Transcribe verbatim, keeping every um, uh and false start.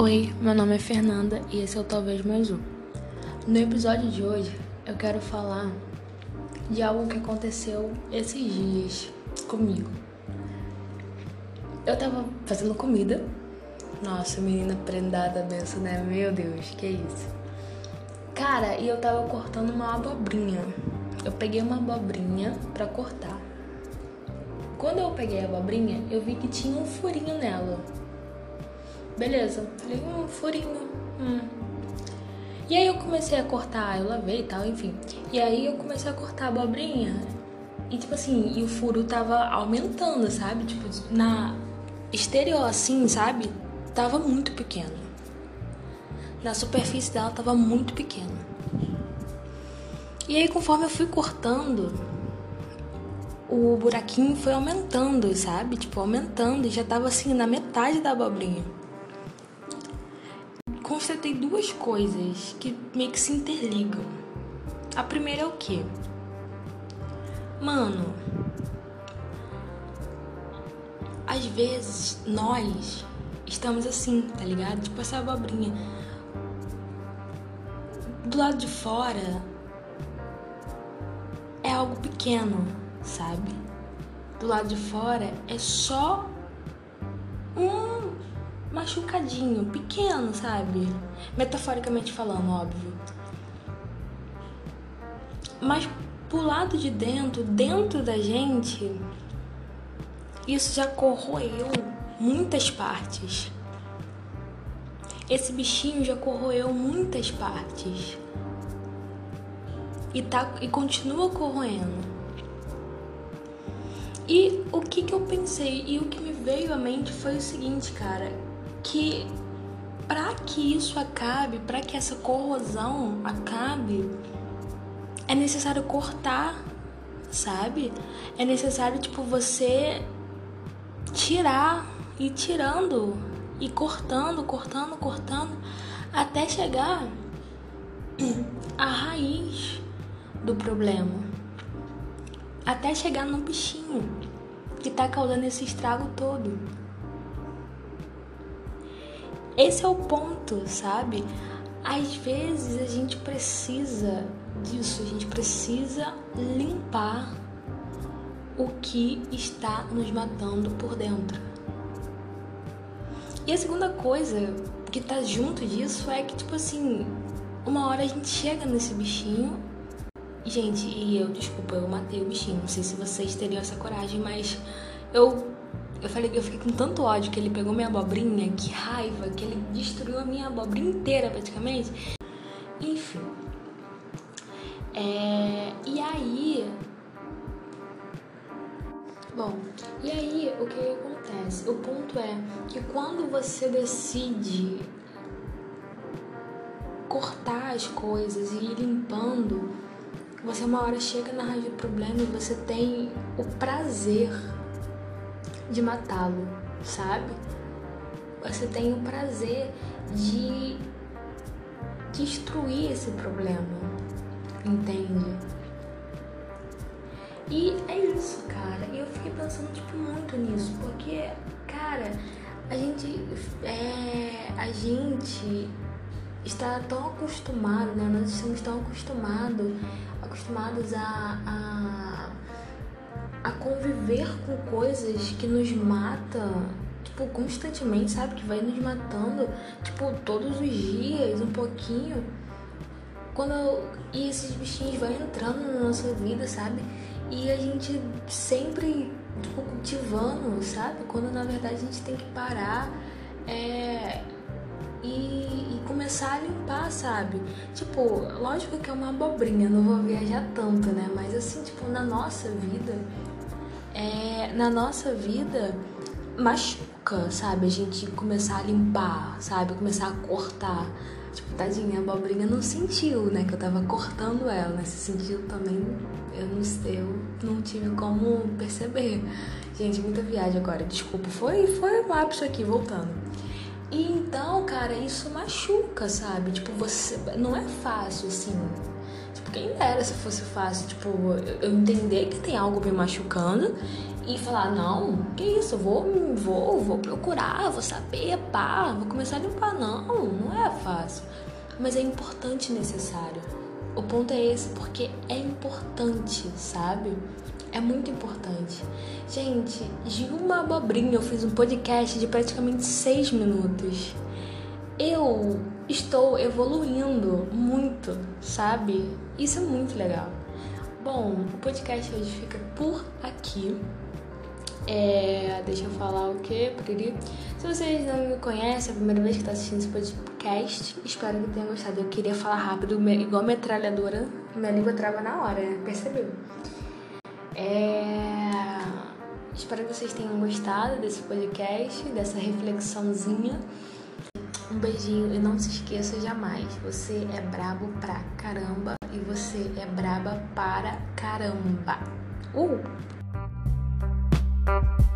Oi, meu nome é Fernanda e esse é o Talvez Mais Um. No episódio de hoje, eu quero falar de algo que aconteceu esses dias comigo. Eu tava fazendo comida. Nossa, menina prendada benção, né? Meu Deus, que isso. Cara, e eu tava cortando uma abobrinha. Eu peguei uma abobrinha pra cortar. Quando eu peguei a abobrinha, eu vi que tinha um furinho nela. Beleza, falei, um furinho. Hum. E aí eu comecei a cortar, eu lavei e tal, enfim. E aí eu comecei a cortar a abobrinha. E tipo assim, e o furo tava aumentando, sabe? Tipo, na exterior assim, sabe? Tava muito pequeno. Na superfície dela tava muito pequeno. E aí conforme eu fui cortando, o buraquinho foi aumentando, sabe? Tipo, aumentando. E já tava assim, na metade da abobrinha. Constatei duas coisas que meio que se interligam. A primeira é o quê? Mano, às vezes nós estamos assim, tá ligado? Tipo essa abobrinha. Do lado de fora é algo pequeno, sabe? Do lado de fora é só um machucadinho, pequeno, sabe? Metaforicamente falando, óbvio. Mas pro lado de dentro, dentro da gente, isso já corroeu muitas partes. Esse bichinho já corroeu muitas partes. E, tá, e continua corroendo. E o que que eu pensei e o que me veio à mente foi o seguinte, cara, que para que isso acabe, para que essa corrosão acabe, é necessário cortar, sabe? É necessário, tipo, você tirar, ir tirando, e cortando, cortando, cortando, até chegar à raiz do problema. Até chegar no bichinho que tá causando esse estrago todo. Esse é o ponto, sabe? Às vezes a gente precisa disso, a gente precisa limpar o que está nos matando por dentro. E a segunda coisa que tá junto disso é que, tipo assim, uma hora a gente chega nesse bichinho. Gente, e eu, desculpa, eu matei o bichinho. Não sei se vocês teriam essa coragem, mas eu... Eu falei que eu fiquei com tanto ódio que ele pegou minha abobrinha, que raiva, que ele destruiu a minha abobrinha inteira praticamente. Enfim. É... E aí... Bom, e aí o que acontece? O ponto é que quando você decide cortar as coisas e ir limpando, você uma hora chega na raiz do problema e você tem o prazer de matá-lo, sabe? Você tem o prazer de destruir esse problema, entende? E é isso, cara. E eu fiquei pensando, tipo, muito nisso, porque, cara, a gente é, a gente está tão acostumado, né? Nós estamos tão acostumados, acostumados a, a a conviver com coisas que nos matam, tipo, constantemente, sabe? Que vai nos matando, tipo, todos os dias, um pouquinho. Quando e esses bichinhos vão entrando na nossa vida, sabe? E a gente sempre, tipo, cultivando, sabe? Quando na verdade a gente tem que parar é, e, e começar a limpar, sabe? Tipo, lógico que é uma abobrinha, não vou viajar tanto, né? Mas assim, tipo, na nossa vida, é, na nossa vida machuca, sabe? A gente começar a limpar, sabe? Começar a cortar. Tipo, tadinha, a abobrinha não sentiu, né? Que eu tava cortando ela, né? Se sentiu também, eu não, eu não tive como perceber. Gente, muita viagem agora, desculpa. Foi, foi um lapso aqui, voltando. E então, cara, isso machuca, sabe? Tipo, você... Não é fácil, assim. Tipo, quem dera se fosse fácil, tipo, eu entender que tem algo me machucando e falar, não, que isso, vou, vou, vou procurar, vou saber, pá, vou começar a limpar. Não, não é fácil. Mas é importante e necessário. O ponto é esse, porque é importante, sabe? É muito importante. Gente, de uma abobrinha eu fiz um podcast de praticamente seis minutos. Eu estou evoluindo muito, sabe? Isso é muito legal. Bom, o podcast hoje fica por aqui. É, deixa eu falar o quê? Se vocês não me conhecem, é a primeira vez que está assistindo esse podcast, espero que tenham gostado. Eu queria falar rápido, igual metralhadora, minha língua trava na hora, né? Percebeu? É... Espero que vocês tenham gostado desse podcast, dessa reflexãozinha. Um beijinho e não se esqueça jamais, você é brabo pra caramba e você é braba para caramba. Uh!